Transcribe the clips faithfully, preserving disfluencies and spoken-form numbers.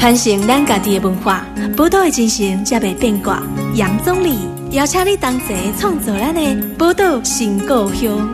传承咱家己的文化，宝岛的精神才袂变卦。杨总理邀请你同齐创造咱的宝岛新故乡。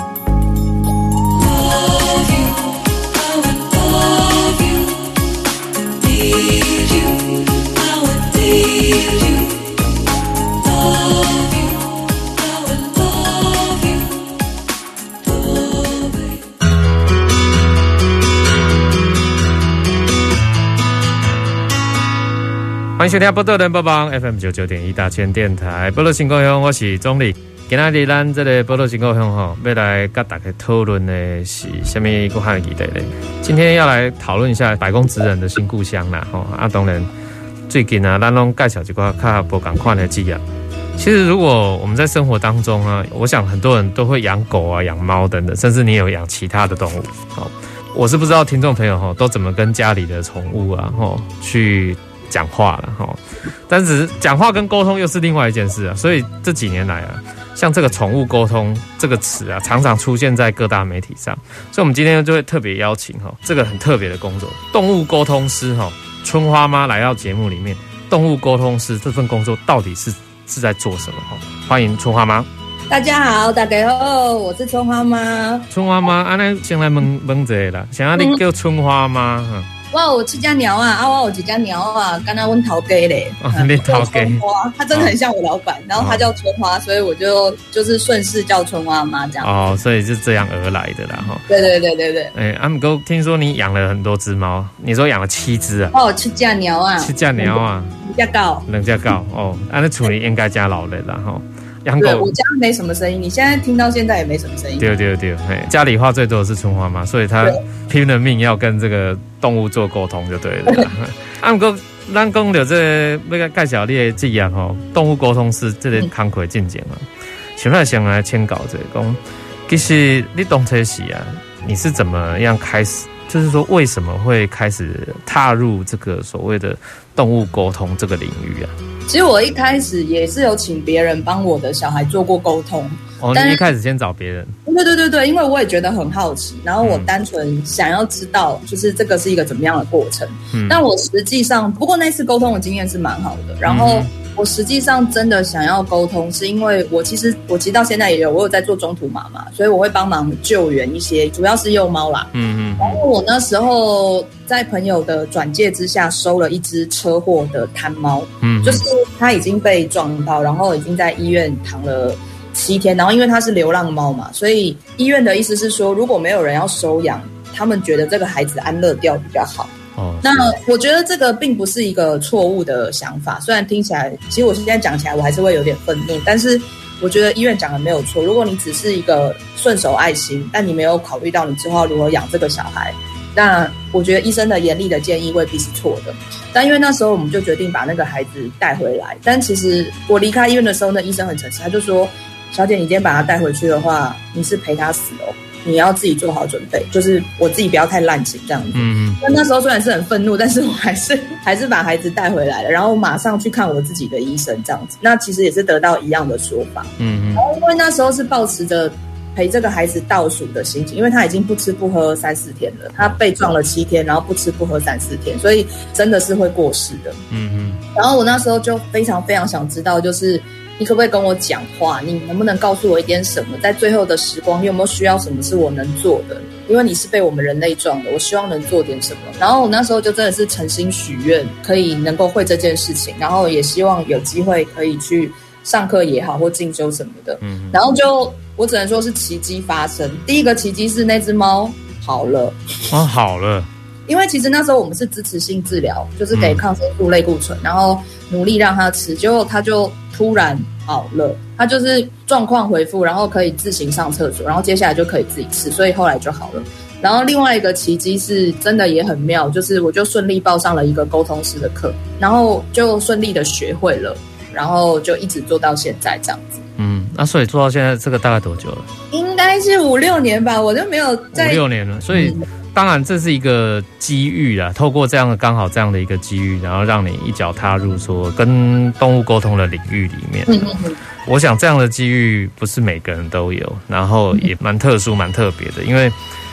欢迎收听宝岛联播网 F M 九九点一大千电台，宝岛新故乡，我是总理。今仔日咱这个宝岛新故乡吼，要来跟大家讨论的是什么个话题呢？今天要来讨论一下百工职人的新故乡啦，吼啊，当然最近啊，咱拢介绍一个较不同款的职业。其实如果我们在生活当中啊，我想很多人都会养狗啊、养猫等等，甚至你有养其他的动物。好，我是不知道听众朋友吼都怎么跟家里的宠物啊吼去讲话了哈，但是讲话跟沟通又是另外一件事啊，所以这几年来啊，像这个宠物沟通这个词啊，常常出现在各大媒体上，所以我们今天就会特别邀请哈这个很特别的工作——动物沟通师哈春花妈来到节目里面。动物沟通师这份工作到底是是在做什么哈？欢迎春花妈。 大家好，大家好，我是春花妈。 春花妈，安尼先来问问一下啦，想要你叫春花妈哈？ 哇，我七家鸟啊，啊，我有几家鸟啊，刚刚问陶给嘞， 哦，你陶给， 他真的很像我老板，哦、然后他叫春花，所以我就就是顺势叫春花妈这样。哦， 所以是这样而来的啦哈。 对对对对对。 哎，阿姆哥，听说你养了很多只猫，你说养了七只啊？ 哦，七家鸟啊， 七家鸟啊， 两家狗， 两家狗哦，啊，那处理应该加老人啦哈。养狗， 我家没什么声音，你现在听到现在也没什么声音。对对对，家里话最多的是春花妈，所以她拼了命要跟这个动物做沟通就对了。啊，不过咱讲到这个要介绍你的职业吼，动物沟通师这个工课进前啊，想来想来请教这个讲，其实你当初是啊，你是怎么样开始？就是说，为什么会开始踏入这个所谓的动物沟通这个领域啊？ 其实我一开始也是有请别人帮我的小孩做过沟通。 哦，你一开始先找别人？ 对对对对，因为我也觉得很好奇，然后我单纯想要知道，就是这个是一个怎么样的过程。嗯，但我实际上，不过那次沟通的经验是蛮好的。然后我实际上真的想要沟通，是因为我其实我其实到现在也有，我有在做中途妈妈，所以我会帮忙救援一些，主要是幼猫啦。嗯嗯。然后我那时候在朋友的转介之下，收了一只车祸的瘫猫。嗯，就是它已经被撞到，然后已经在医院躺了七天，然后因为它是流浪猫嘛，所以医院的意思是说，如果没有人要收养，他们觉得这个孩子安乐掉比较好。哦，那我觉得这个并不是一个错误的想法，虽然听起来，其实我现在讲起来我还是会有点愤怒，但是我觉得医院讲的没有错。如果你只是一个顺手爱心，但你没有考虑到你之后如何养这个小孩，那我觉得医生的严厉的建议未必是错的。但因为那时候我们就决定把那个孩子带回来，但其实我离开医院的时候，那医生很诚实，他就说：“小姐，你今天把他带回去的话，你是陪他死哦。”你要自己做好准备，就是我自己不要太滥情这样子。嗯嗯。那那时候虽然是很愤怒，但是我还是还是把孩子带回来了，然后马上去看我自己的医生这样子。那其实也是得到一样的说法。嗯嗯。然后因为那时候是抱持着陪这个孩子倒数的心情，因为他已经不吃不喝三四天了，他被撞了七天，然后不吃不喝三四天，所以真的是会过世的。嗯嗯。然后我那时候就非常非常想知道，就是你可不可以跟我讲话？你能不能告诉我一点什么？在最后的时光，你有没有需要什么是我能做的？因为你是被我们人类撞的，我希望能做点什么。然后我那时候就真的是诚心许愿，可以能够会这件事情，然后也希望有机会可以去上课也好，或进修什么的。嗯，然后就我只能说是奇迹发生。第一个奇迹是那只猫好了， 哦，好了。 因为其实那时候我们是支持性治疗，就是给抗生素类固醇，然后努力让它吃，结果它就突然好了，它就是状况恢复，然后可以自行上厕所，然后接下来就可以自己吃，所以后来就好了。然后另外一个奇迹是真的也很妙，就是我就顺利报上了一个沟通师的课，然后就顺利的学会了，然后就一直做到现在这样子。 嗯，那、啊、所以做到现在这个大概多久了？ 应该是五六年吧，我就没有在五六年了，所以。嗯，当然，这是一个机遇啦。透过这样的刚好这样的一个机遇，然后让你一脚踏入说跟动物沟通的领域里面。嗯嗯嗯。我想这样的机遇不是每个人都有，然后也蛮特殊、蛮特别的。因为，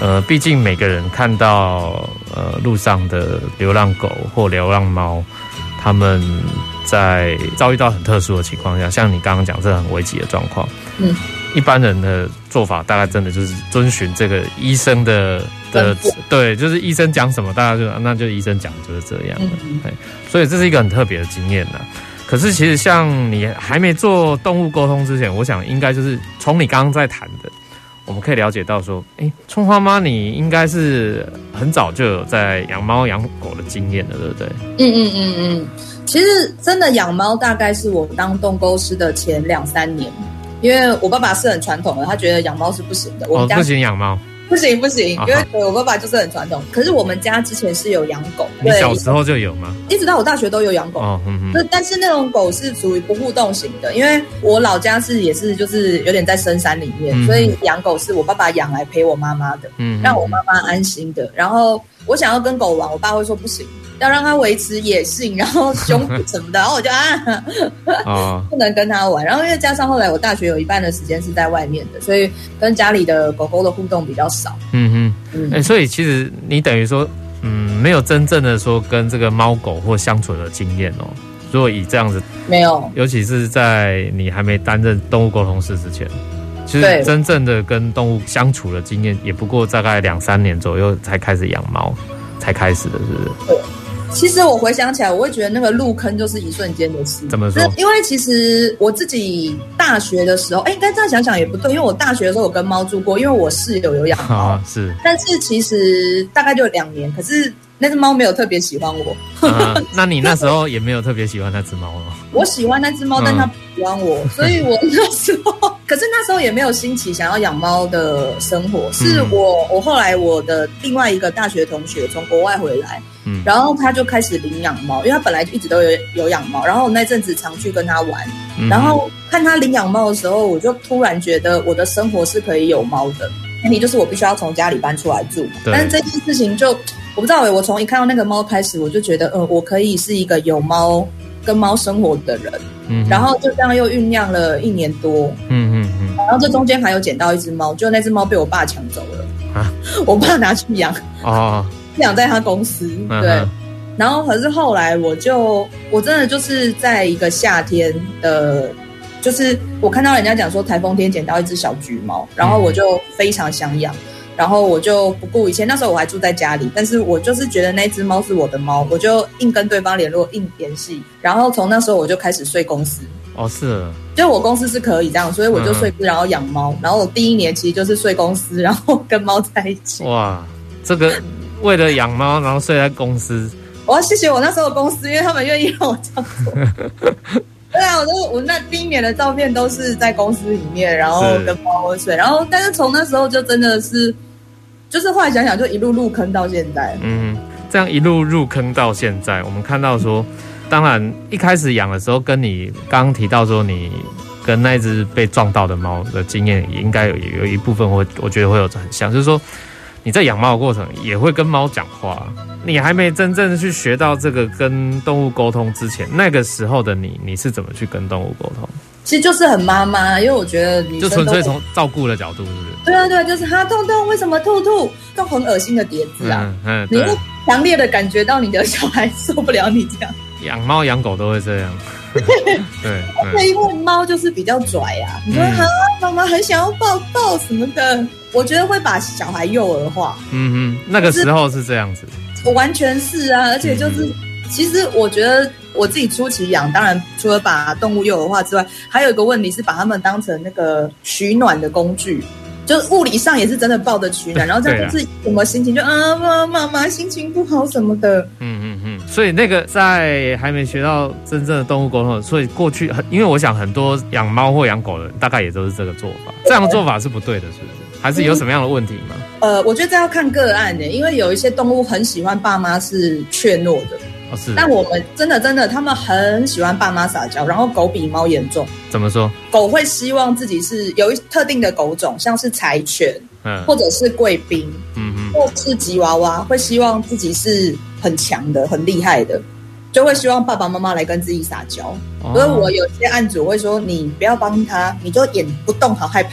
呃，毕竟每个人看到呃路上的流浪狗或流浪猫，他们在遭遇到很特殊的情况下，像你刚刚讲这很危急的状况，嗯，一般人的做法大概真的就是遵循这个医生的的，对，就是医生讲什么，大家就那就医生讲就是这样的，嗯，所以这是一个很特别的经验呐。可是其实像你还没做动物沟通之前，我想应该就是从你刚刚在谈的，我们可以了解到说，哎，春花妈你应该是很早就有在养猫养狗的经验了，对不对？ 嗯嗯嗯嗯，其实真的养猫大概是我当动沟师的前两三年，因为我爸爸是很传统的，他觉得养猫是不行的，我们家哦不行养猫。 不行不行，因为我爸爸就是很传统。可是我们家之前是有养狗， 你小时候就有吗？ 一直到我大学都有养狗。哦，嗯嗯。但是那种狗是属于不互动型的，因为我老家是也是就是有点在深山里面，嗯，所以养狗是我爸爸养来陪我妈妈的，嗯，让我妈妈安心的。然后我想要跟狗玩，我爸会说不行，要让它维持野性，然后凶什么的，然后我就啊，哦，不能跟它玩。然后因为加上后来我大学有一半的时间是在外面的，所以跟家里的狗狗的互动比较少。 嗯哼，哎，欸，所以其实你等于说，嗯，没有真正的说跟这个猫狗或相处的经验哦。如果以这样子， 没有， 尤其是在你还没担任动物沟通师之前，其实真正的跟动物相处的经验，也不过大概两三年左右才开始养猫，才开始的，是不是？ 对。其实我回想起来，我会觉得那个入坑就是一瞬间的事。 怎么说？ 因为其实我自己大学的时候，哎，应该这样想想也不对，因为我大学的时候有跟猫住过，因为我室友有养猫， 啊，是。 但是其实大概就两年，可是那只猫没有特别喜欢我。 啊，那你那时候也没有特别喜欢那只猫吗？ 我喜欢那只猫，但它不喜欢我，嗯，所以我那时候，可是那时候也没有兴起想要养猫的生活。是我，我后来我的另外一个大学同学从国外回来，嗯，然后他就开始领养猫，因为他本来一直都有有养猫，然后我那阵子常去跟他玩，嗯，然后看他领养猫的时候，我就突然觉得我的生活是可以有猫的，前提就是我必须要从家里搬出来住。但是这件事情就我不知道，我从一看到那个猫开始，我就觉得，呃，我可以是一个有猫跟猫生活的人，嗯，然后就这样又酝酿了一年多，嗯嗯嗯，然后这中间还有捡到一只猫，就那只猫被我爸抢走了，啊，我爸拿去养，哦，养在他公司，对，嗯，然后可是后来我就我真的就是在一个夏天的，就是我看到人家讲说台风天捡到一只小橘猫，然后我就非常想养。然后我就不顾一切，那时候我还住在家里，但是我就是觉得那只猫是我的猫，我就硬跟对方联络，硬联系，然后从那时候我就开始睡公司。 哦，是， 就我公司是可以这样，所以我就睡公司，然后养猫，然后我第一年其实就是睡公司，然后跟猫在一起。 哇，这个为了养猫，然后睡在公司， 我要谢谢我那时候的公司，因为他们愿意让我这样做。对啊，我都我那第一年的照片都是在公司里面，然后跟猫睡，然后但是从那时候就真的是，就是后来想想就一路入坑到现在。 嗯，这样一路入坑到现在，我们看到说，当然一开始养的时候，跟你刚刚提到说你跟那只被撞到的猫的经验，也应该有有一部分我我觉得会有很像，就是说你在养猫的过程也会跟猫讲话。你还没真正去学到这个跟动物沟通之前，那个时候的你，你是怎么去跟动物沟通？ 其实就是很妈妈，因为我觉得女生就纯粹从照顾的角度，是不是？ 对啊，对啊，就是哈痛痛，为什么吐吐，都很恶心的叠字啊，嗯嗯，你会强烈的感觉到你的小孩受不了你这样。 养猫养狗都会这样，对， 而且因为猫就是比较拽啊，你说哈妈妈很想要抱抱什么的，我觉得会把小孩幼儿化。 嗯哼，那个时候是这样子。 我完全是啊，而且就是，嗯，其实我觉得我自己初期养，当然除了把动物幼儿化之外，还有一个问题是把它们当成那个取暖的工具，就物理上也是真的抱着取暖，然后这样就是什么心情就啊妈妈妈心情不好什么的。嗯嗯嗯。所以那个在还没学到真正的动物沟通，所以过去很，因为我想很多养猫或养狗的人大概也都是这个做法，这样的做法是不对的，是不是？还是有什么样的问题吗？ 呃，我觉得这要看个案的，因为有一些动物很喜欢爸妈是怯懦的，哦是。但我们真的真的，他们很喜欢爸妈撒娇，然后狗比猫严重。 怎么说？ 狗会希望自己是有一特定的狗种，像是柴犬，嗯，或者是贵宾，嗯嗯，或是吉娃娃，会希望自己是很强的、很厉害的，就会希望爸爸妈妈来跟自己撒娇。所以我有些案主会说：“你不要帮他，你就眼不动，好害怕。”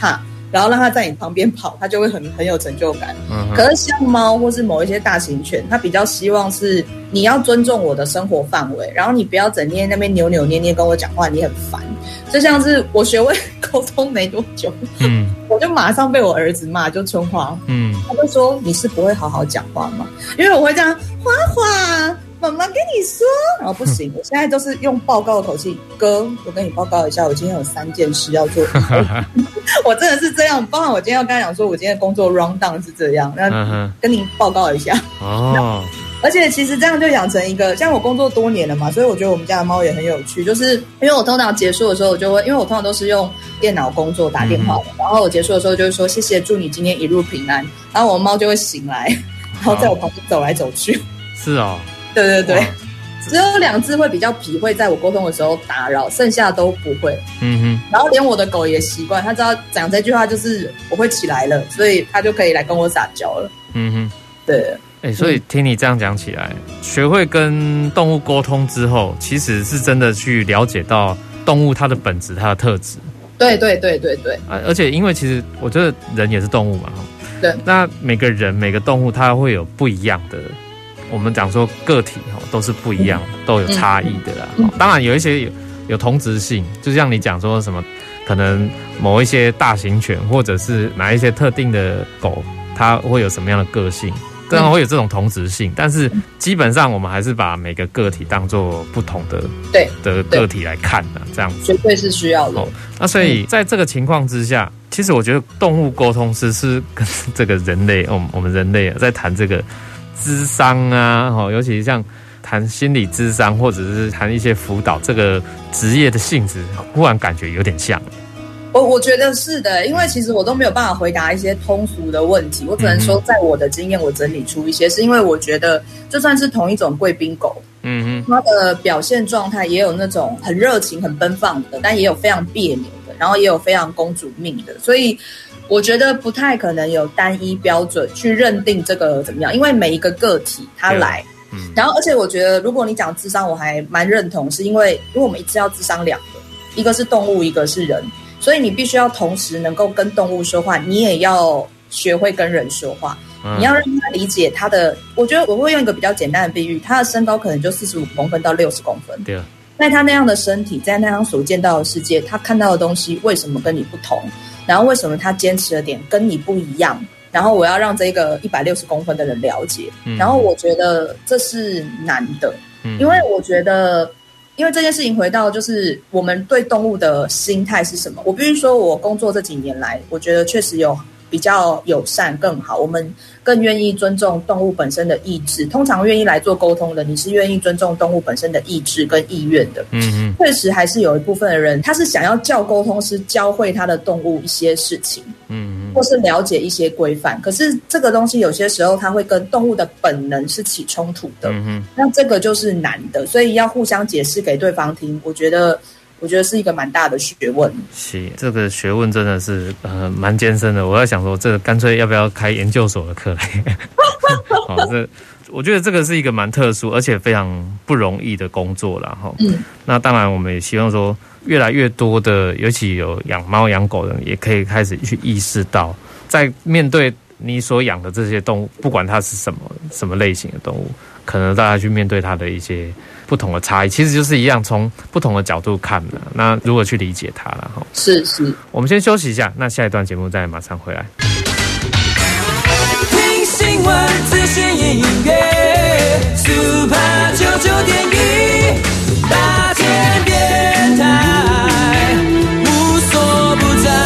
然后让它在你旁边跑，它就会很很有成就感。嗯、可是像猫或是某一些大型犬，它比较希望是你要尊重我的生活范围，然后你不要整天那边扭扭捏捏跟我讲话，你很烦。就像是我学会沟通没多久，嗯，我就马上被我儿子骂，就春花，嗯，他就说你是不会好好讲话吗？因为我会这样，花花。妈妈跟你说，然后不行，我现在都是用报告的口气，哥，我跟你报告一下，我今天有三件事要做。我真的是这样，包含我今天要跟他讲说，我今天的工作 round down 是这样，那跟您报告一下。哦，而且其实这样就养成一个，像我工作多年了嘛，所以我觉得我们家的猫也很有趣，就是因为我通常结束的时候，我就会，因为我通常都是用电脑工作打电话的，嗯、然后我结束的时候就会说谢谢，祝你今天一路平安，然后我猫就会醒来，然后在我旁边走来走去。 是哦。 对对对，只有两只会比较皮，会在我沟通的时候打扰，剩下都不会。嗯哼。然后连我的狗也习惯，它知道讲这句话就是我会起来了，所以它就可以来跟我撒娇了。嗯哼。对。 哎、欸，所以听你这样讲起来、嗯，学会跟动物沟通之后，其实是真的去了解到动物它的本质、它的特质。 对对对对对。 啊，而且因为其实我觉得人也是动物嘛， 对。 那每个人每个动物它会有不一样的。我们讲说个体都是不一样，都有差异的啦。当然有一些有有同质性，就像你讲说什么，可能某一些大型犬或者是哪一些特定的狗，它会有什么样的个性，当然会有这种同质性。但是基本上我们还是把每个个体当作不同的对的个体来看的，这样子绝对是需要的。 那所以在这个情况之下，其实我觉得动物沟通师是跟这个人类，我们我们人类在谈这个。諮商啊，尤其像谈心理諮商或者是談一些輔導，這個職業的性質，忽然感覺有點像。 我我覺得是的，因為其實我都沒有辦法回答一些通俗的問題，我只能說在我的經驗，我整理出一些，是因為我覺得就算是同一種貴賓狗，嗯哼，它的表現狀態也有那種很熱情、很奔放的，但也有非常別扭的，然後也有非常公主命的，所以。我覺得不太可能有單一標準去認定這個怎麼樣，因為每一個個體它來，嗯，然後而且我覺得如果你講諮商，我還蠻認同，是因為因為我們一次要諮商兩個，一個是動物，一個是人，所以你必須要同時能夠跟動物說話，你也要學會跟人說話，嗯，你要讓他理解他的。我覺得我會用一個比較簡單的比喻，他的身高可能就四十五公分到六十公分，對，在他那樣的身體，在那樣所見到的世界，他看到的東西為什麼跟你不同？然後為什麼他堅持的點跟你不一樣？然後我要讓這個一百六十公分的人了解。嗯、然後我覺得這是難的，嗯、因為我覺得，因為這件事情回到就是我們對動物的心態是什麼？我必須說，我工作這幾年來，我覺得確實有比較友善更好，我們更願意尊重動物本身的意志。通常願意來做溝通的，你是願意尊重動物本身的意志跟意願的。嗯嗯，確實還是有一部分的人，他是想要叫溝通師教會他的動物一些事情，嗯，或是了解一些規範。可是這個東西有些時候，它會跟動物的本能是起衝突的。嗯哼，那這個就是難的，所以要互相解釋給對方聽。我覺得。我覺得是一個蠻大的學問。 是，這個學問真的是呃蠻艱深的。我在想說，這個乾脆要不要開研究所的課來？哦，這我覺得這個是一個蠻特殊而且非常不容易的工作啦。哈，嗯，那當然我們也希望說，越來越多的，尤其有養貓養狗的人，也可以開始去意識到，在面對你所養的這些動物，不管它是什麼什麼類型的動物，可能大家去面對它的一些。不同的差異，其實就是一樣，從不同的角度看的。那如何去理解它了？哈， 是是。 我們先休息一下，那下一段節目再馬上回來。 聽新聞資訊音樂 Super 九九點一大千電台無所不在。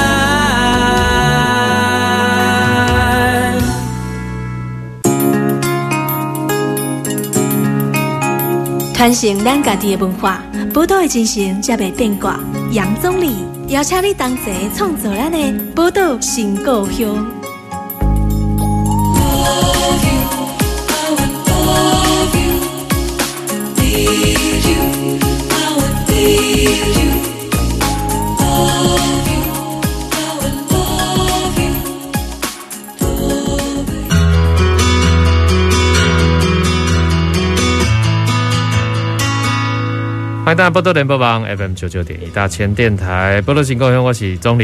傳承咱家己的文化，寶島的精神才袂變卦。楊總理邀請你同齊創造咱的寶島新故鄉。 歡迎大家報道聯播網 F M 九九點一大千電台，報道新故鄉，我是總理。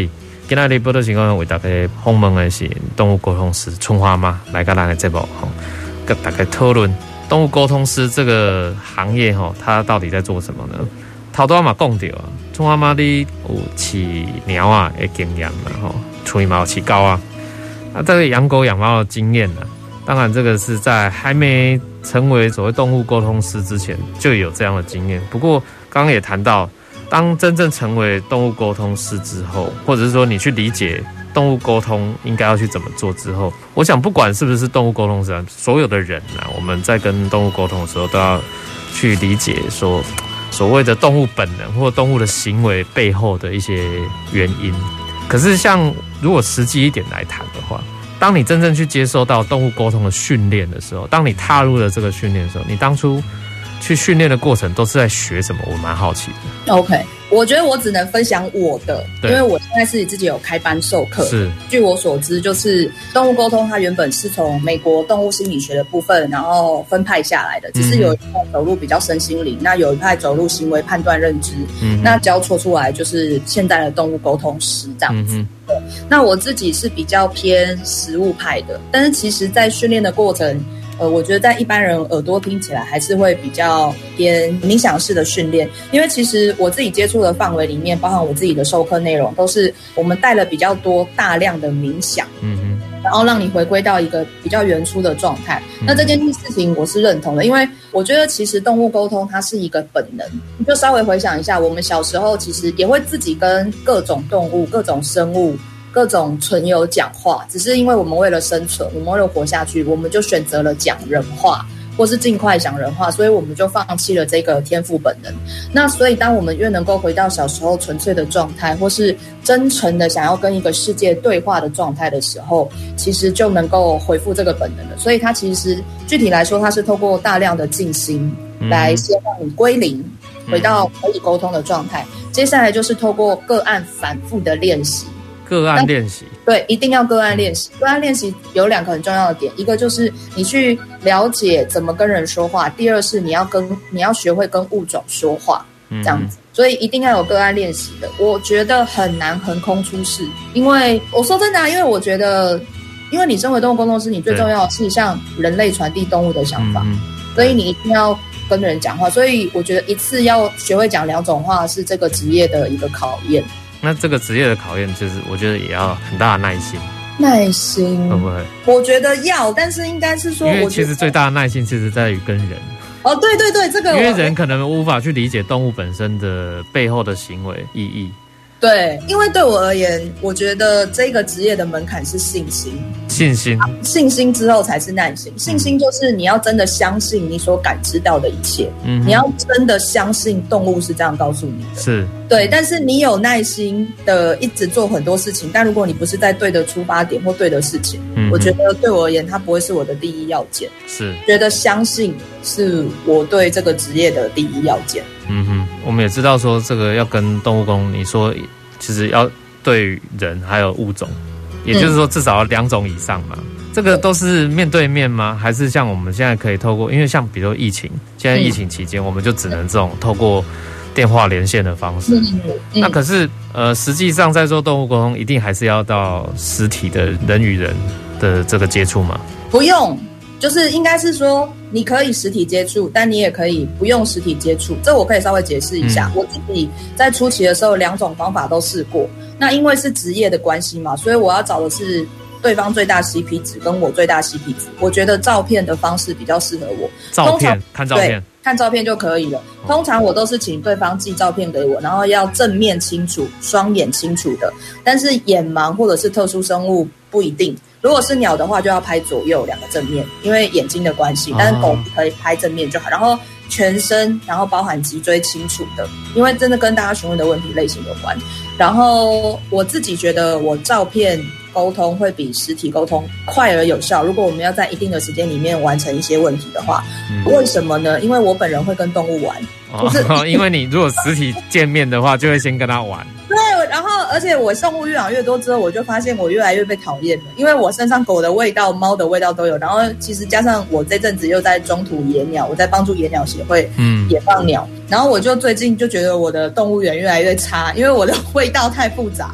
今仔日报道情况为大家访问的是动物沟通师春花妈来到咱的节目吼，跟大家讨论动物沟通师这个行业吼，它到底在做什么呢？头拄仔嘛讲到啊，春花妈你有饲猫啊的经验嘛吼，厝里嘛有饲狗啊，啊这个养狗养猫的经验啊，当然这个是在还没成为所谓动物沟通师之前就有这样的经验。不过刚刚也谈到，当真正成为动物沟通师之后，或者是说你去理解动物沟通应该要去怎么做之后，我想不管是不是动物沟通师啊，所有的人啊，我们在跟动物沟通的时候都要去理解说所谓的动物本能或动物的行为背后的一些原因。可是像如果实际一点来谈的话，当你真正去接受到动物沟通的训练的时候，当你踏入了这个训练的时候，你当初去训练的过程都是在学什么？我蛮好奇的。 OK， 我觉得我只能分享我的，因为我现在是自己有开班授课。是，据我所知，就是动物沟通，它原本是从美国动物心理学的部分，然后分派下来的。只是有一派走入比较身心灵，那有一派走入行为判断认知，嗯，那交错出来就是现在的动物沟通师这样子。嗯，对，那我自己是比较偏实务派的，但是其实在训练的过程。呃，我觉得在一般人耳朵听起来还是会比较偏冥想式的训练，因为其实我自己接触的范围里面，包含我自己的授课内容，都是我们带了比较多大量的冥想，嗯嗯，然后让你回归到一个比较原初的状态。嗯，那这件事情我是认同的，因为我觉得其实动物沟通它是一个本能，你就稍微回想一下，我们小时候其实也会自己跟各种动物、各种生物。各种存有讲话，只是因为我们为了生存，我们为了活下去，我们就选择了讲人话，或是尽快讲人话，所以我们就放弃了这个天赋本能。那所以当我们越能够回到小时候纯粹的状态，或是真诚的想要跟一个世界对话的状态的时候，其实就能够恢复这个本能了。所以它其实具体来说，它是透过大量的静心来先让你归零，回到可以沟通的状态。接下来就是透过个案反复的练习。 个案练习， 对，一定要个案练习。个案练习有两个很重要的点，一个就是你去了解怎么跟人说话，第二是你要跟你要学会跟物种说话，这样子。嗯，所以一定要有个案练习的。我觉得很难横空出世，因为我说真的啊，因为我觉得，因为你身为动物沟通师，你最重要的是向人类传递动物的想法，嗯，所以你一定要跟人讲话。所以我觉得一次要学会讲两种话，是这个职业的一个考验。 那这个职业的考验，就是我觉得也要很大的耐心。 耐心会不会？ 我觉得要，但是应该是说， 因为其实最大的耐心其实在于跟人。 哦，对对对，这个因为人可能无法去理解动物本身的背后的行为意义。 对，因为对我而言，我觉得这个职业的门槛是信心。 信心， 信心之后才是耐心。信心就是你要真的相信你所感知到的一切，嗯，你要真的相信动物是这样告诉你的，是对。但是你有耐心的一直做很多事情，但如果你不是在对的出发点或对的事情，嗯，我觉得对我而言，它不会是我的第一要件。是，觉得相信是我对这个职业的第一要件。 嗯哼，我们也知道说这个要跟动物沟通，你说其实要对人还有物种。也就是说，至少要两种以上嘛。这个都是面对面吗？还是像我们现在可以透过，因为像比如疫情，现在疫情期间，我们就只能这种透过电话连线的方式。嗯嗯、那可是呃，实际上在做动物沟通，一定还是要到实体的人与人的这个接触吗？ 不用，就是应该是说，你可以实体接触，但你也可以不用实体接触。这我可以稍微解释一下。嗯、我自己在初期的时候，两种方法都试过。那因为是职业的关系嘛，所以我要找的是对方最大 C P 值跟我最大 C P 值。我觉得照片的方式比较适合我。 照片，看照片， 看照片就可以了。通常我都是请对方寄照片给我，然后要正面清楚、双眼清楚的。但是眼盲或者是特殊生物不一定。如果是鸟的话，就要拍左右两个正面，因为眼睛的关系。但是狗可以拍正面就好。然后全身，然后包含脊椎清楚的，因为真的跟大家询问的问题类型有关。然后我自己觉得我照片沟通会比实体沟通快而有效。如果我们要在一定的时间里面完成一些问题的话，嗯、为什么呢？因为我本人会跟动物玩，就是、 哦、因为你如果实体见面的话，就会先跟他玩。 对，然后而且我动物越养越多之后，我就发现我越来越被讨厌了，因为我身上狗的味道、猫的味道都有。然后其实加上我这阵子又在中途野鸟，我在帮助野鸟协会野放鸟，嗯、然后我就最近就觉得我的动物园越来越差，因为我的味道太复杂了。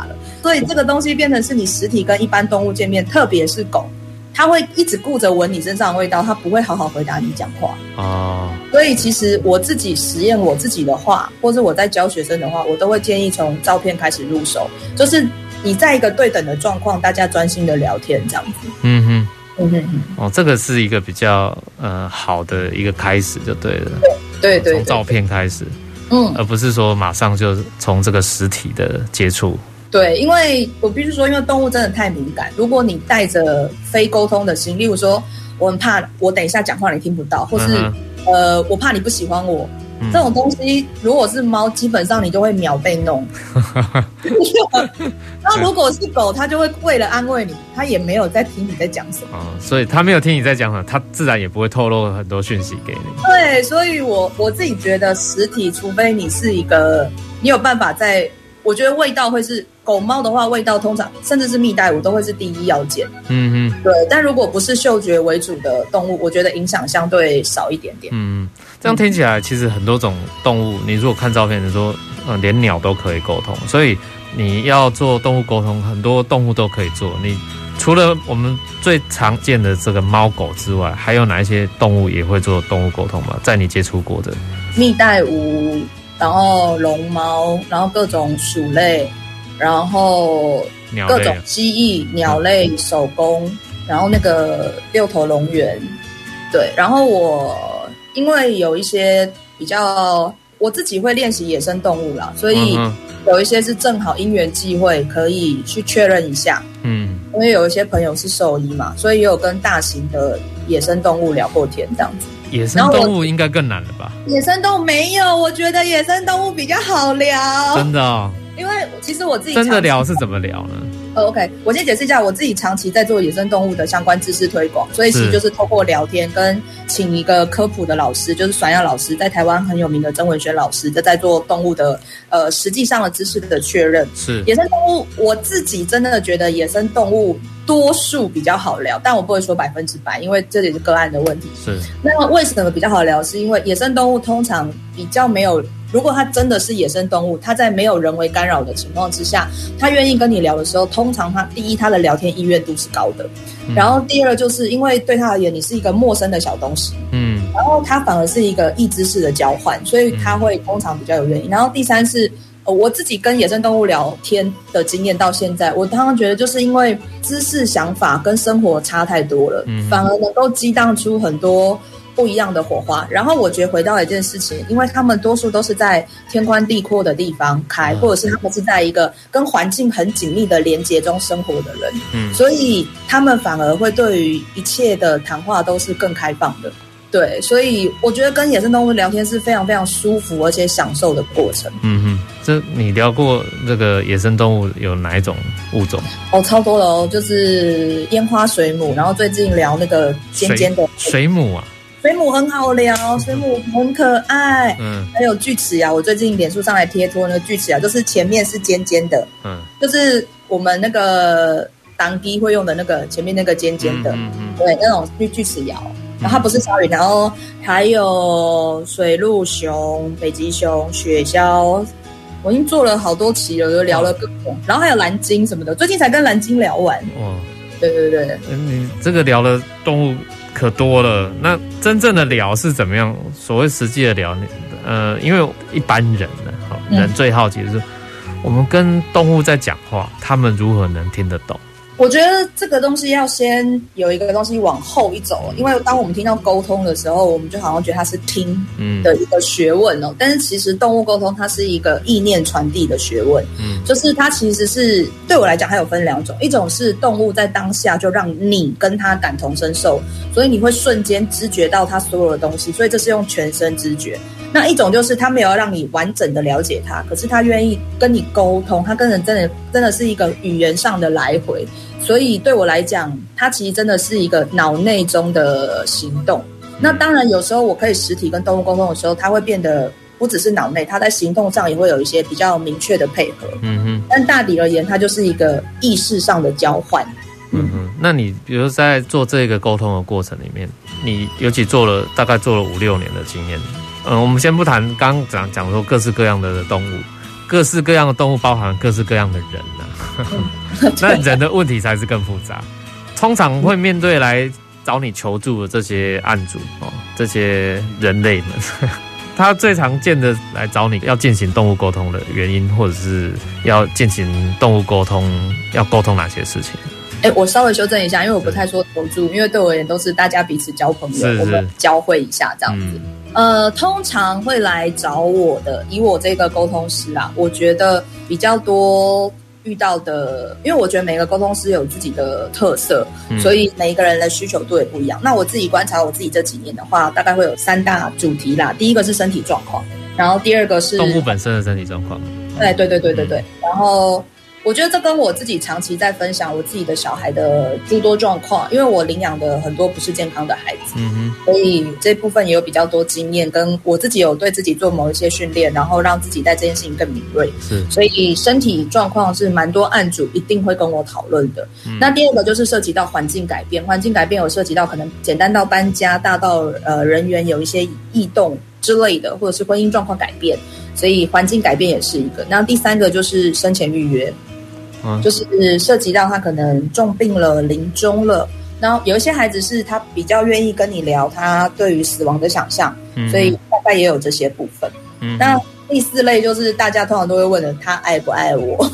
所以这个东西变成是你实体跟一般动物见面，特别是狗，它会一直顾着闻你身上的味道，它不会好好回答你讲话。哦，所以其实我自己实验我自己的话，或是我在教学生的话，我都会建议从照片开始入手，就是你在一个对等的状况，大家专心的聊天这样子。嗯哼。 嗯哼哼，哦，这个是一个比较呃好的一个开始就对了， 对对对， 从照片开始，嗯，而不是说马上就从这个实体的接触。 对，因为我必须说，因为动物真的太敏感，如果你带着非沟通的心，例如说，我很怕我等一下讲话你听不到，或是、嗯、呃，我怕你不喜欢我。嗯、这种东西，如果是猫，基本上你就会秒被弄。那如果是狗，它就会为了安慰你，它也没有在听你在讲什么、 哦，所以它没有听你在讲什么，它自然也不会透露很多讯息给你。 对，所以我我自己觉得实体，除非你是一个，你有办法在，我觉得味道会是狗猫的话，味道通常甚至是蜜袋鼯都会是第一要件。嗯哼，对。但如果不是嗅觉为主的动物，我觉得影响相对少一点点。嗯。 这样听起来，其实很多种动物，你如果看照片，你说，呃，连鸟都可以沟通，所以你要做动物沟通，很多动物都可以做。你除了我们最常见的这个猫狗之外，还有哪一些动物也会做动物沟通吗？在你接触过的， 蜜袋鼯，然后龙猫，然后各种鼠类，然后各种蜥蜴、鸟类、手工，然后那个六头龙螈，对，然后我。因为有一些比较，我自己会练习野生动物啦，所以有一些是正好因缘际会可以去确认一下。嗯，因为有一些朋友是兽医嘛，所以也有跟大型的野生动物聊过天这样子。 野生动物应该更难了吧？ 野生动物没有，我觉得野生动物比较好聊。 真的哦？ 因为其实我自己真的聊是怎么聊呢？ 呃 ，OK， 我先解释一下，我自己长期在做野生动物的相关知识推广，所以其实就是透过聊天跟请一个科普的老师，就是甩亚老师，在台湾很有名的曾文轩老师，就在做动物的呃实际上的知识的确认。是野生动物，我自己真的觉得野生动物多数比较好聊，但我不会说百分之百，因为这也是个案的问题。是那为什么比较好聊？是因为野生动物通常比较没有。如果它真的是野生动物，它在没有人为干扰的情况之下，它愿意跟你聊的时候，通常它第一，它的聊天意愿度是高的，嗯、然后第二就是因为对它而言，你是一个陌生的小东西，嗯，然后它反而是一个异知识的交换，所以它会通常比较有原因。然后第三是，呃，我自己跟野生动物聊天的经验到现在，我常常觉得就是因为知识想法跟生活差太多了，嗯、反而能够激荡出很多。不一样的火花，然后我觉得回到一件事情，因为他们多数都是在天宽地阔的地方开，或者是他们是在一个跟环境很紧密的连结中生活的人，嗯，所以他们反而会对于一切的谈话都是更开放的，对，所以我觉得跟野生动物聊天是非常非常舒服而且享受的过程。嗯哼， 这你聊过这个野生动物有哪一种物种？ 哦，超多的哦，就是烟花水母，然后最近聊那个尖尖的水, 水母啊。 水母很好聊，水母很可爱，嗯，还有锯齿牙，我最近脸书上来贴托那个锯齿牙，就是前面是尖尖的，嗯，就是我们那个当机会用的那个前面那个尖尖的，嗯嗯，对，那种锯齿牙，然后它不是鲨鱼，然后还有水陆熊、北极熊、雪鸮，我已经做了好多期了，就聊了各种，然后还有蓝鲸什么的，最近才跟蓝鲸聊完，哇，对对对， 你这个聊了动物。可多了，那真正的聊是怎么样？所谓实际的聊，呃，因为一般人呢，好人最好奇的是，我们跟动物在讲话，他们如何能听得懂？ 我觉得这个东西要先有一个东西往后一走，因为当我们听到沟通的时候，我们就好像觉得它是听的一个学问哦。嗯、但是其实动物沟通它是一个意念传递的学问，嗯，就是它其实是对我来讲还有分两种，一种是动物在当下就让你跟它感同身受，所以你会瞬间知觉到它所有的东西，所以这是用全身知觉。那一种就是他没有让你完整的了解他，可是他愿意跟你沟通，他跟人真的真的是一个语言上的来回，所以对我来讲，他其实真的是一个脑内中的行动。那当然有时候我可以实体跟动物沟通的时候，他会变得不只是脑内，他在行动上也会有一些比较明确的配合。嗯哼，但大抵而言，它就是一个意识上的交换。 嗯哼，那你比如在做这个沟通的过程里面，你尤其做了大概做了五六年的经验。嗯，我们先不谈刚刚讲讲说各式各样的动物， 各式各样的动物包含各式各样的人啊，嗯、那人的问题才是更复杂。通常会面对来找你求助的这些案主哦，这些人类们，他最常见的来找你要进行动物沟通的原因，或者是要进行动物沟通，要沟通哪些事情？ 哎，我稍微修正一下，因为我不太说求助，因为对我而言都是大家彼此交朋友，我们交汇一下这样子。嗯、呃，通常会来找我的，以我这个沟通师啊，我觉得比较多遇到的，因为我觉得每个沟通师有自己的特色，嗯、所以每一个人的需求度也不一样。那我自己观察我自己这几年的话，大概会有三大主题啦。第一个是身体状况，然后第二个是动物本身的身体状况。 对对对对对对，嗯、然后。我觉得这跟我自己长期在分享我自己的小孩的诸多状况，因为我领养的很多不是健康的孩子，嗯哼，所以这部分也有比较多经验，跟我自己有对自己做某一些训练，然后让自己在这件事情更敏锐。是，所以身体状况是蛮多案主一定会跟我讨论的。嗯、那第二个就是涉及到环境改变，环境改变有涉及到可能简单到搬家，大到呃人员有一些异动之类的，或者是婚姻状况改变，所以环境改变也是一个。那第三个就是生前预约。就是涉及到他可能重病了、临终了，然后有一些孩子是他比较愿意跟你聊他对于死亡的想象，嗯、所以大概也有这些部分。嗯、那第四类就是大家通常都会问的，他爱不爱我？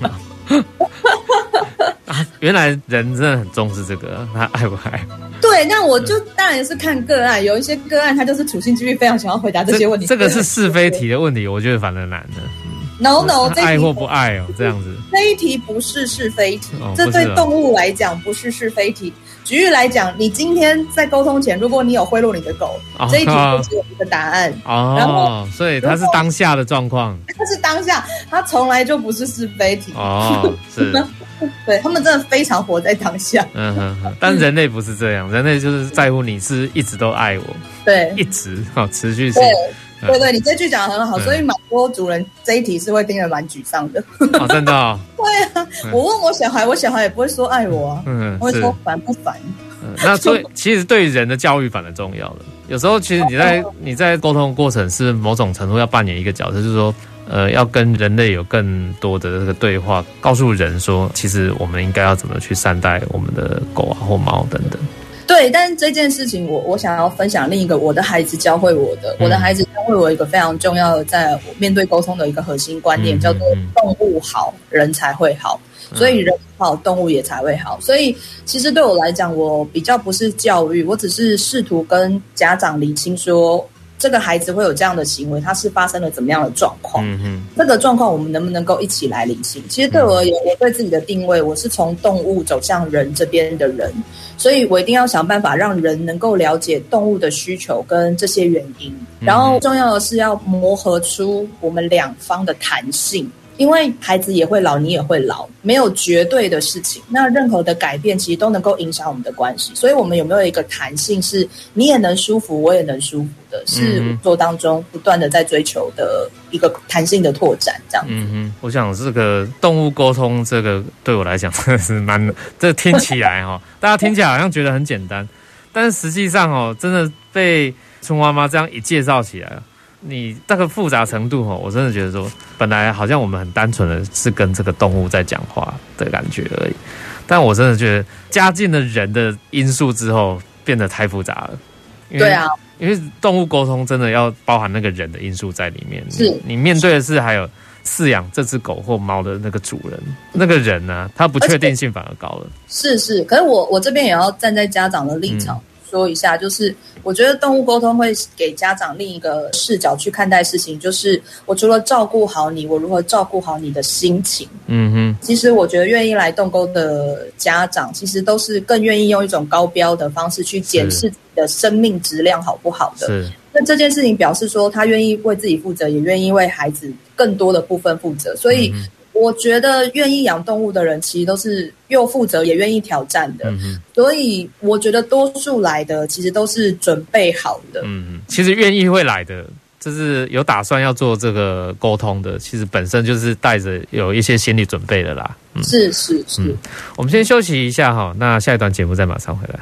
啊，原来人真的很重视这个，他爱不爱？ 对，那我就当然是看个案，有一些个案他就是处心积虑非常想要回答这些问题。 这, 这个是是非题的问题，我觉得反而难的。 No no， 爱或不爱哦，这样子。 这一题不是是非题，哦、这对动物来讲不是是非题。举例来讲，你今天在沟通前，如果你有贿赂你的狗，哦、这一题就只有一个答案。 哦，然后所以它是当下的状况。 它是当下，它从来就不是是非题。 哦，是。 对，他们真的非常活在当下。 嗯哼哼，但人类不是这样，人类就是在乎你是一直都爱我， 对， 一直好、哦、持续性。 对对，你这句讲得很好，所以蛮多主人这一题是会听得蛮沮丧的。 哦，真的哦。 对啊，我问我小孩，我小孩也不会说爱我啊，嗯，我会说烦不烦。 嗯，那所以其实对于人的教育反而重要了。有时候其实你在你在沟通的过程是某种程度要扮演一个角色，就是说，呃，要跟人类有更多的这个对话，告诉人说，其实我们应该要怎么去善待我们的狗啊或猫等等。 对，但是这件事情我我想要分享另一个我的孩子教会我的，嗯、我的孩子教会我一个非常重要的，在我面对沟通的一个核心观念，嗯、叫做动物好，人才会好。所以人好，动物也才会好。所以其实对我来讲，我比较不是教育，我只是试图跟家长厘清说，这个孩子会有这样的行为，他是发生了怎么样的状况？嗯哼，这个状况我们能不能够一起来理清？其实对我而言，我对自己的定位，我是从动物走向人这边的人，所以我一定要想办法让人能够了解动物的需求跟这些原因，然后重要的是要磨合出我们两方的弹性。因为孩子也会老，你也会老，没有绝对的事情。那任何的改变其实都能够影响我们的关系，所以我们有没有一个弹性，是你也能舒服，我也能舒服的，是做当中不断的在追求的一个弹性的拓展，这样子。嗯哼， 我想这个动物沟通，这个对我来讲真的是蛮，这听起来哈，大家听起来好像觉得很简单，但是实际上哦，真的被春妈妈这样一介绍起来，你这个复杂程度，我真的觉得说，本来好像我们很单纯的是跟这个动物在讲话的感觉而已，但我真的觉得加进了人的因素之后，变得太复杂了。 对啊， 因为动物沟通真的要包含那个人的因素在里面。是，你面对的是还有饲养这只狗或猫的那个主人，那个人呢、啊，他不确定性反而高了。 是是，可是我我这边也要站在家长的立场。嗯，说一下，就是我觉得动物沟通会给家长另一个视角去看待事情，就是我除了照顾好你，我如何照顾好你的心情。嗯哼，其实我觉得愿意来动沟的家长，其实都是更愿意用一种高标的方式去检视自己的生命质量好不好的。是，那这件事情表示说，他愿意为自己负责，也愿意为孩子更多的部分负责，所以。嗯，我觉得愿意养动物的人，其实都是又负责也愿意挑战的。嗯，所以我觉得多数来的其实都是准备好的。嗯， 其实愿意会来的，就是有打算要做这个沟通的，其实本身就是带着有一些心理准备的啦。 嗯，是是是、嗯。 我们先休息一下哈，那下一段节目再马上回来。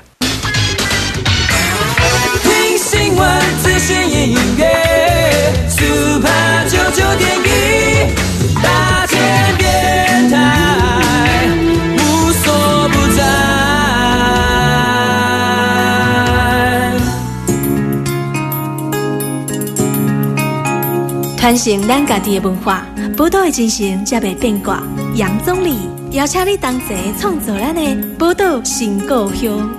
听新闻、资讯、音乐 ，Super 九九点一。 大千电台无所不在。 传承咱家己的文化，宝岛的精神才袂变卦。杨总理邀请你同齐创造咱的宝岛新故乡。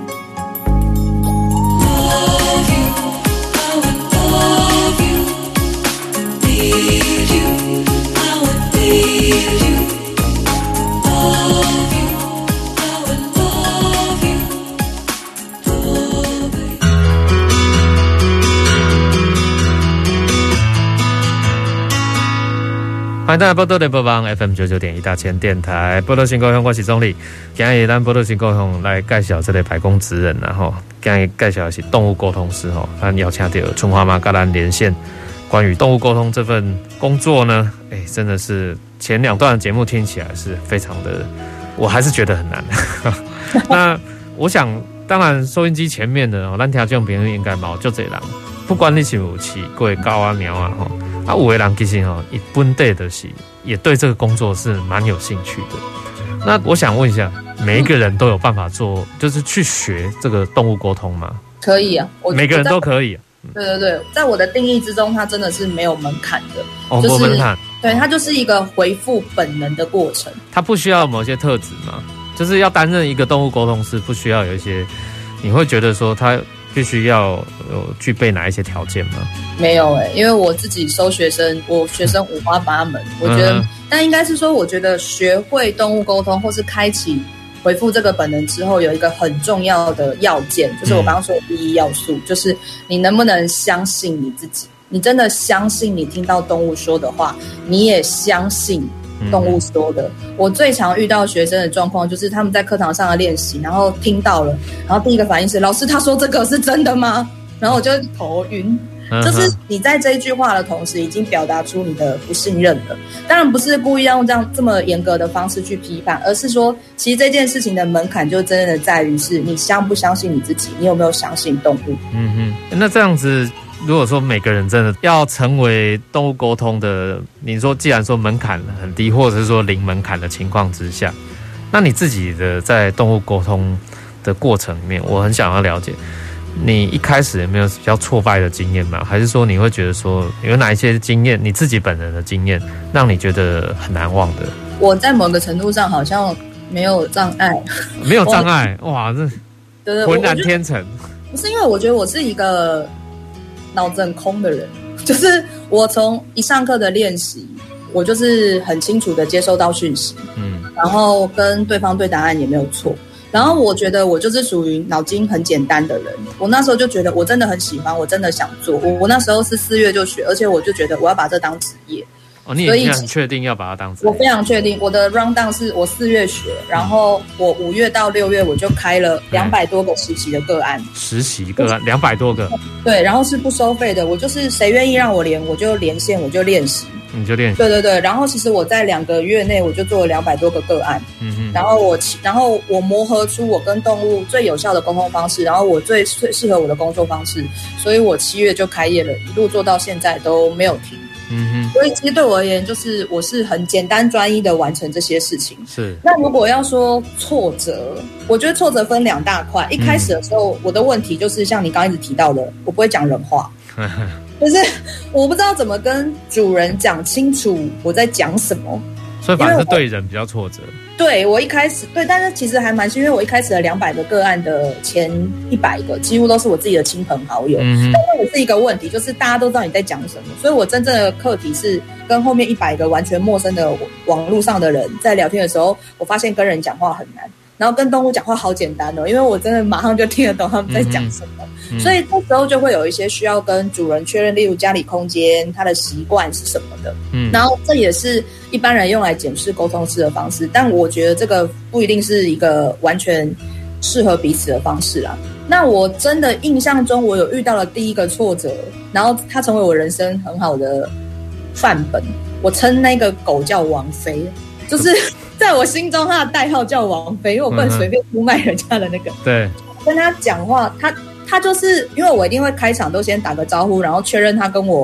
欢迎大家报道联播网 F M 九九点一大千电台，报道新高雄，我是钟理。今日咱报道新高雄来介绍这个百工职人，然后今日介绍的是动物沟通师吼，咱邀请到春花妈跟咱连线，关于动物沟通这份工作呢，哎、欸，真的是前两段的节目听起来是非常的，我还是觉得很难。那我想，当然收音机前面的哦，咱听众朋友应该冇就这人，不管你是有饲过狗啊、猫啊吼。啊，有的人其实哈，一本地的是也对这个工作是蛮有兴趣的。那我想问一下，每一个人都有办法做，就是去学这个动物沟通吗？ 可以啊，我每个人都可以、啊。 对对对，在我的定义之中，它真的是没有门槛的。 哦， 就是、 没门槛。 对，它就是一个回复本能的过程。 它不需要某些特质吗？就是要担任一个动物沟通师，不需要有一些，你会觉得说他必须要有具备哪一些条件吗？ 没有哎、欸，因为我自己收学生，我学生五花八门，我觉得，嗯、但应该是说，我觉得学会动物沟通或是开启回复这个本能之后，有一个很重要的要件，就是我刚刚说的第一要素，嗯、就是你能不能相信你自己？你真的相信你听到动物说的话，你也相信动物说的。嗯、我最常遇到学生的状况就是他们在课堂上的练习，然后听到了，然后第一个反应是：老师他说这个是真的吗？然后我就头晕。就是你在这一句话的同时，已经表达出你的不信任了。当然不是故意要用这样这么严格的方式去批判，而是说，其实这件事情的门槛就真的在于是你相不相信你自己，你有没有相信动物？ 嗯哼，那这样子，如果说每个人真的要成为动物沟通的，你说既然说门槛很低，或者是说零门槛的情况之下，那你自己的在动物沟通的过程里面，我很想要了解。你一开始有没有比较挫败的经验吗？还是说你会觉得说有哪一些经验，你自己本人的经验，让你觉得很难忘的？ 我在某个程度上好像没有障碍， 没有障碍，哇，这对对， 浑然天成。 不是因为我觉得我是一个脑子很空的人，就是我从一上课的练习，我就是很清楚的接收到讯息，嗯，然后跟对方对答案也没有错。然后我觉得我就是属于脑筋很简单的人，我那时候就觉得我真的很喜欢，我真的想做。我我那时候是四月就学，而且我就觉得我要把这当职业。 哦，你也很确定要把它当职业？ 我非常确定，我的 round down 是我四月学，然后我五月到六月我就开了两百多个实习的个案， 实习个案两百多个， 对，然后是不收费的，我就是谁愿意让我连，我就连线，我就练习。 你就练习， 对对对，然后其实我在两个月内我就做了两百多个个案，嗯哼，然后我然后我磨合出我跟动物最有效的沟通方式，然后我最最适合我的工作方式，所以我七月就开业了，一路做到现在都没有停，嗯哼，所以其实对我而言，就是我是很简单专一的完成这些事情。 是， 那如果要说挫折，我觉得挫折分两大块，一开始的时候，嗯、我的问题就是像你刚刚一直提到的，我不会讲人话。就是我不知道怎么跟主人讲清楚我在讲什么， 所以反而是对人比较挫折。 对，我一开始对，但是其实还蛮幸运，因为我一开始的两百个个案的前一百个几乎都是我自己的亲朋好友，嗯、但是我是一个问题，就是大家都知道你在讲什么，所以我真正的课题是跟后面一百个完全陌生的网络上的人在聊天的时候，我发现跟人讲话很难。然后跟动物讲话好简单哦，因为我真的马上就听得懂他们在讲什么，嗯、所以这时候就会有一些需要跟主人确认，例如家里空间、他的习惯是什么的。嗯，然后这也是一般人用来检视沟通师的方式，但我觉得这个不一定是一个完全适合彼此的方式啦。那我真的印象中，我有遇到了第一个挫折，然后它成为我人生很好的范本。我称那个狗叫王菲，就是。在我心中，他的代号叫王菲，因为我不能随便出卖人家的那个。嗯、 对， 跟他讲话，他他就是因为我一定会开场都先打个招呼，然后确认他跟我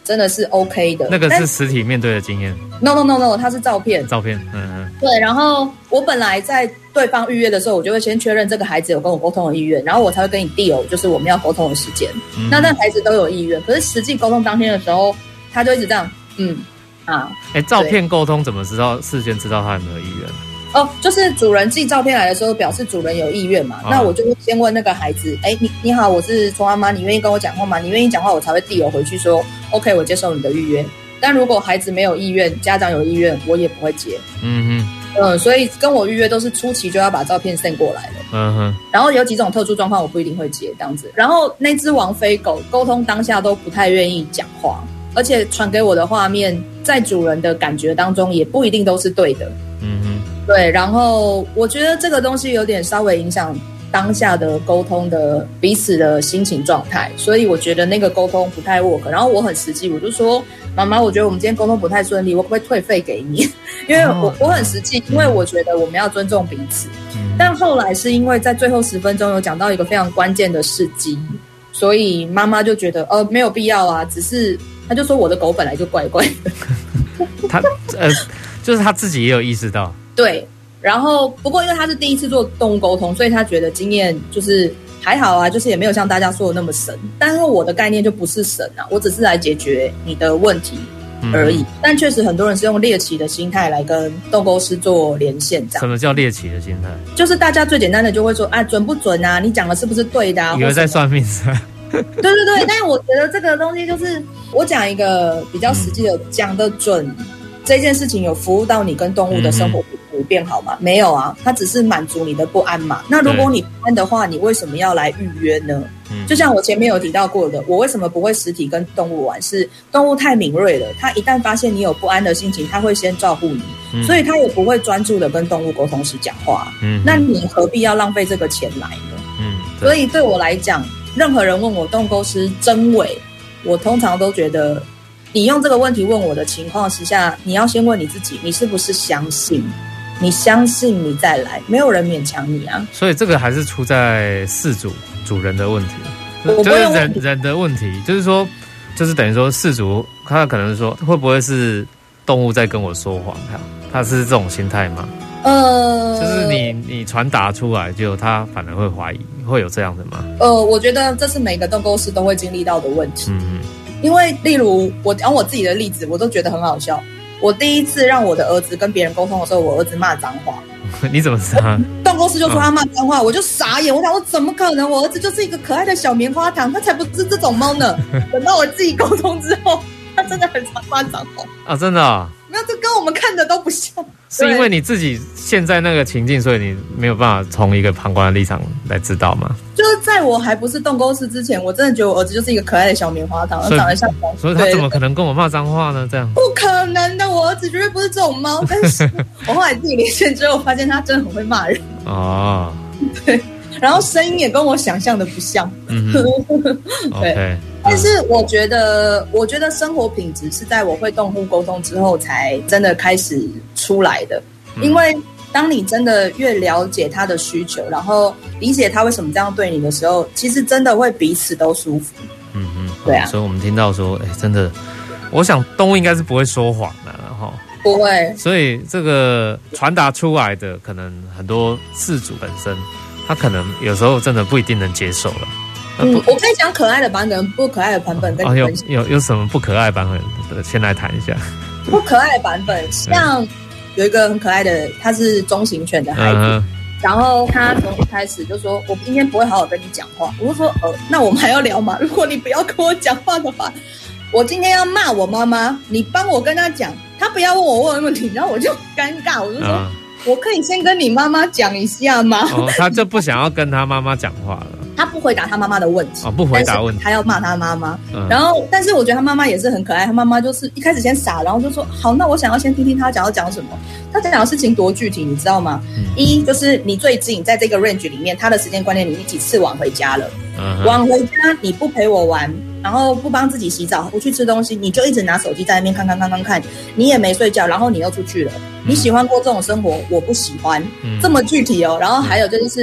真的是 OK 的。 那个是实体面对的经验 ？No No No No， 它是照片。 照片，嗯嗯。 对，然后我本来在对方预约的时候，我就会先确认这个孩子有跟我沟通的意愿，然后我才会跟你 deal， 就是我们要沟通的时间。嗯、那那孩子都有意愿，可是实际沟通当天的时候，他就一直这样，嗯啊。 哎，照片沟通怎么知道事先知道他有没有意愿？ 哦，就是主人寄照片来的时候，表示主人有意愿嘛。哦、那我就会先问那个孩子，哎，你你好，我是春妈妈，你愿意跟我讲话吗？你愿意讲话，我才会递我回去说 ，OK， 我接受你的预约。但如果孩子没有意愿，家长有意愿，我也不会接。嗯哼，嗯，所以跟我预约都是初期就要把照片 send 过来了。嗯哼，然后有几种特殊状况，我不一定会接这样子。然后那只王妃狗沟通当下都不太愿意讲话，而且传给我的画面，在主人的感觉当中也不一定都是对的。嗯哼。对，然后我觉得这个东西有点稍微影响当下的沟通的彼此的心情状态，所以我觉得那个沟通不太 work。然后我很实际，我就说妈妈，我觉得我们今天沟通不太顺利，我可不可以退费给你？因为我我很实际，因为我觉得我们要尊重彼此。但后来是因为在最后十分钟有讲到一个非常关键的事迹，所以妈妈就觉得呃没有必要啊，只是她就说我的狗本来就怪怪的。 她呃，就是她自己也有意识到。 对，然后不过因为他是第一次做动物沟通，所以他觉得经验就是还好啊，就是也没有像大家说的那么神。但是我的概念就不是神啊，我只是来解决你的问题而已。嗯、但确实很多人是用猎奇的心态来跟动沟师做连线，这样。 什么叫猎奇的心态？ 就是大家最简单的就会说，啊，准不准啊？你讲的是不是对的啊？ 以为在算命是吧？ 对对对，但是我觉得这个东西就是我讲一个比较实际的，讲得准。这件事情有服务到你跟动物的生活品质变好吗？嗯、没有啊，它只是满足你的不安嘛。那如果你不安的话，你为什么要来预约呢？嗯、就像我前面有提到过的，我为什么不会实体跟动物玩？是动物太敏锐了，它一旦发现你有不安的心情，它会先照顾你，嗯、所以它也不会专注的跟动物沟通师讲话。嗯、那你何必要浪费这个钱来呢？嗯、所以对我来讲，任何人问我动沟师真伪，我通常都觉得。你用这个问题问我的情况之下，你要先问你自己，你是不是相信？你相信你再来，没有人勉强你啊。 所以这个还是出在饲主主人的问题，就是人人的问题，就是说，就是等于说饲主他可能说会不会是动物在跟我说谎？他是这种心态吗？呃，就是你你传达出来，就他反而会怀疑，会有这样的吗？ 呃，我觉得这是每个动沟师都会经历到的问题。嗯。因为例如我讲我自己的例子，我都觉得很好笑。我第一次让我的儿子跟别人沟通的时候，我儿子骂脏话。 你怎么知道？ 动沟师就说他骂脏话，哦、我就傻眼。我想，我怎么可能？我儿子就是一个可爱的小棉花糖，他才不是这种猫呢。等到我自己沟通之后，他真的很常骂脏话啊！真的啊、哦？ 那这跟我们看的都不像。 是因为你自己现在那个情境，所以你没有办法从一个旁观的立场来知道吗？ 就是在我还不是动沟师之前，我真的觉得我儿子就是一个可爱的小棉花糖，长得像猫。 所以他怎么可能跟我骂脏话呢？这样不可能的，我儿子绝对不是这种猫。但是我后来自己连线之后，发现他真的很会骂人。哦，对，然后声音也跟我想象的不像。嗯对。Okay. 但是我觉得，我觉得生活品质是在我会动物沟通之后才真的开始出来的。因为当你真的越了解他的需求，然后理解他为什么这样对你的时候，其实真的会彼此都舒服。嗯嗯，对啊。 所以我们听到说，哎，真的，我想动物应该是不会说谎的，哈， 不会。 所以这个传达出来的，可能很多饲主本身，他可能有时候真的不一定能接受了。 嗯，我可以讲可爱的版本，不可爱的版本跟你分享。 哦、有有有什么不可爱版本？先来谈一下。 不可爱的版本，像有一个很可爱的，他是中型犬的孩子，嗯、然后他从一开始就说：“我今天不会好好跟你讲话。”我就说：“呃，那我们还要聊吗？如果你不要跟我讲话的话，我今天要骂我妈妈，你帮我跟她讲，她不要问我问问题。”然后我就尴尬，我就说：“嗯、我可以先跟你妈妈讲一下吗？” 哦，他就不想要跟他妈妈讲话了。 他不回答他妈妈的问题， 哦，不回答问题， 他要骂他妈妈。嗯、然后，但是我觉得他妈妈也是很可爱。他妈妈就是一开始先傻，然后就说：“好，那我想要先听听他讲要讲什么。”他讲的事情多具体，你知道吗？嗯、一就是你最近在这个 range 里面，他的时间观念，你几次晚回家了？嗯、晚回家你不陪我玩，然后不帮自己洗澡，不去吃东西，你就一直拿手机在那边看看看看看，你也没睡觉，然后你又出去了。嗯、你喜欢过这种生活，我不喜欢。嗯、这么具体哦。然后还有就是。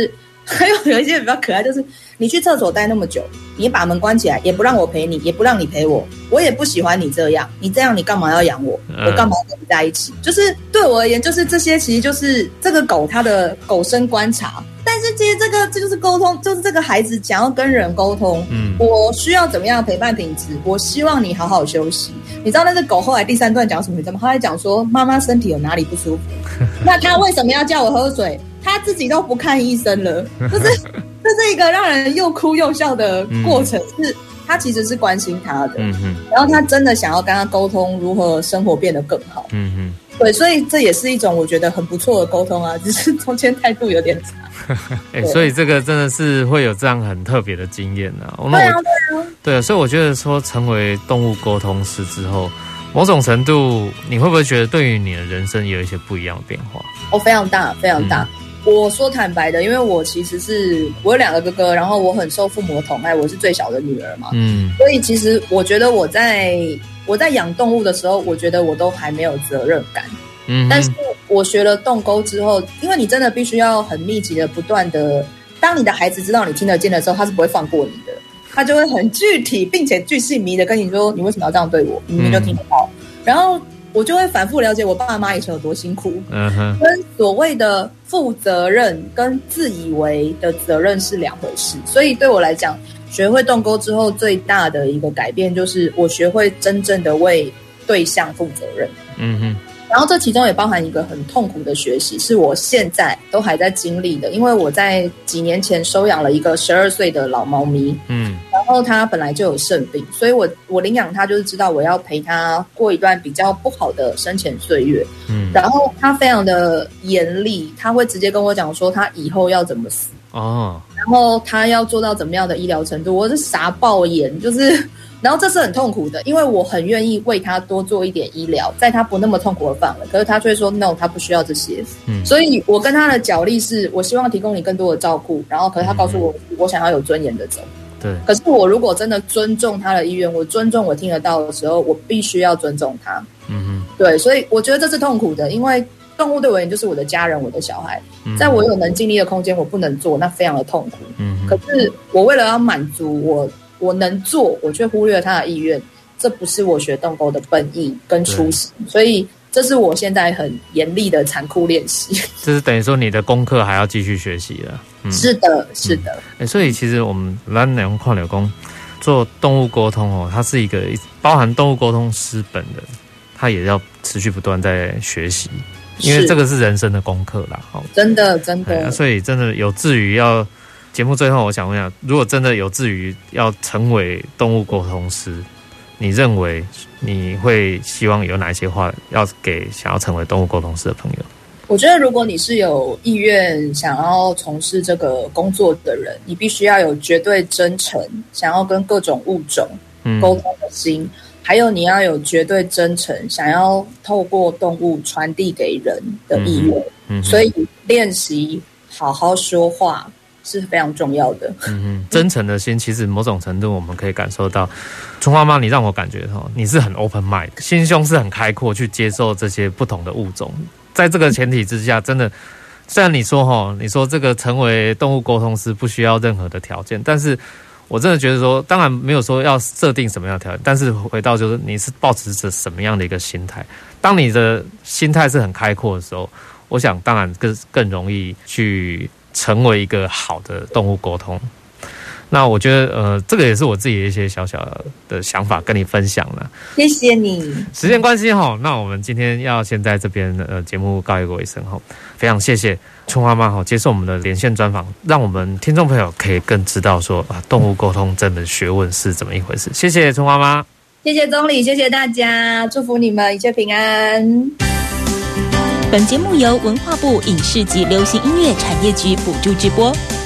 还有有一些比较可爱，就是你去厕所待那么久，你把门关起来，也不让我陪你，也不让你陪我，我也不喜欢你这样，你这样你干嘛要养我？我干嘛跟你在一起？就是对我而言，就是这些其实就是这个狗它的狗生观察。但是其实这个这就是沟通，就是这个孩子想要跟人沟通，嗯，我需要怎么样的陪伴品质？我希望你好好休息。你知道那只狗后来第三段讲什么？你知道吗？他在讲说妈妈身体有哪里不舒服，那他为什么要叫我喝水？他自己都不看医生了，就是这是一个让人又哭又笑的过程，嗯、是他其实是关心他的，嗯哼，然后他真的想要跟他沟通如何生活变得更好，嗯哼，对，所以这也是一种我觉得很不错的沟通啊，只是中间态度有点差。 哎、欸，所以这个真的是会有这样很特别的经验啊。 对啊，对啊， 对啊，所以我觉得说成为动物沟通师之后，某种程度你会不会觉得对于你的人生也有一些不一样的变化？ 哦，非常大，非常大。嗯、我说坦白的，因为我其实是我有两个哥哥，然后我很受父母的宠爱，我是最小的女儿嘛，嗯，所以其实我觉得我在我在养动物的时候，我觉得我都还没有责任感。嗯，但是我学了动沟之后，因为你真的必须要很密集的不断的，当你的孩子知道你听得见的时候，他是不会放过你的，他就会很具体并且巨细靡的跟你说你为什么要这样对我，你明明就听得到、嗯、然后我就会反复了解我爸妈以前有多辛苦，嗯哼，跟所谓的负责任跟自以为的责任是两回事，所以对我来讲，学会动沟之后最大的一个改变就是我学会真正的为对象负责任，嗯哼，然后这其中也包含一个很痛苦的学习，是我现在都还在经历的，因为我在几年前收养了一个十二岁的老猫咪，嗯，然后它本来就有肾病，所以我我领养它就是知道我要陪它过一段比较不好的生前岁月，嗯，然后它非常的严厉，它会直接跟我讲说它以后要怎么死哦，然后它要做到怎么样的医疗程度，我是傻爆眼，就是。然后这是很痛苦的，因为我很愿意为他多做一点医疗，在他不那么痛苦的范围，可是他却说 no， 他不需要这些。嗯，所以我跟他的角力是，我希望提供你更多的照顾，然后可是他告诉我，嗯、我想要有尊严的走。对。可是我如果真的尊重他的意愿，我尊重我听得到的时候，我必须要尊重他。嗯哼。对，所以我觉得这是痛苦的，因为动物对我而言就是我的家人，我的小孩，嗯、在我有能尽力的空间，我不能做，那非常的痛苦。嗯。可是我为了要满足我。我能做，我却忽略了他的意愿，这不是我学动沟的本意跟初心，所以这是我现在很严厉的残酷练习。 这是等于说你的功课还要继续学习了。嗯、 是的，是的、 嗯欸。所以其实我们咱内容矿流工做动物沟通哦，它是一个包含动物沟通师本人，他也要持续不断在学习，因为这个是人生的功课啦。 真的，真的。 欸、所以真的有志于要。节目最后，我想问一下，如果真的有志于要成为动物沟通师，你认为你会希望有哪一些话要给想要成为动物沟通师的朋友？ 我觉得，如果你是有意愿想要从事这个工作的人，你必须要有绝对真诚，想要跟各种物种沟通的心，嗯、还有你要有绝对真诚，想要透过动物传递给人的意愿。嗯嗯、所以练习好好说话。是非常重要的。 嗯嗯，真诚的心，其实某种程度我们可以感受到，春花妈，你让我感觉哈，你是很 open mind， 心胸是很开阔，去接受这些不同的物种。在这个前提之下，真的，虽然你说哈，你说这个成为动物沟通师不需要任何的条件，但是我真的觉得说，当然没有说要设定什么样的条件，但是回到就是你是抱持着什么样的一个心态。当你的心态是很开阔的时候，我想当然更更容易去。成为一个好的动物沟通，那我觉得呃，这个也是我自己的一些小小的想法跟你分享了。 谢谢你。 时间关系哈，那我们今天要先在这边呃节目告一个尾声哈。非常谢谢春花妈哈接受我们的连线专访，让我们听众朋友可以更知道说啊动物沟通这门学问是怎么一回事。谢谢春花妈， 谢谢总理，谢谢大家，祝福你们一切平安。 本节目由文化部影视及流行音乐产业局补助直播。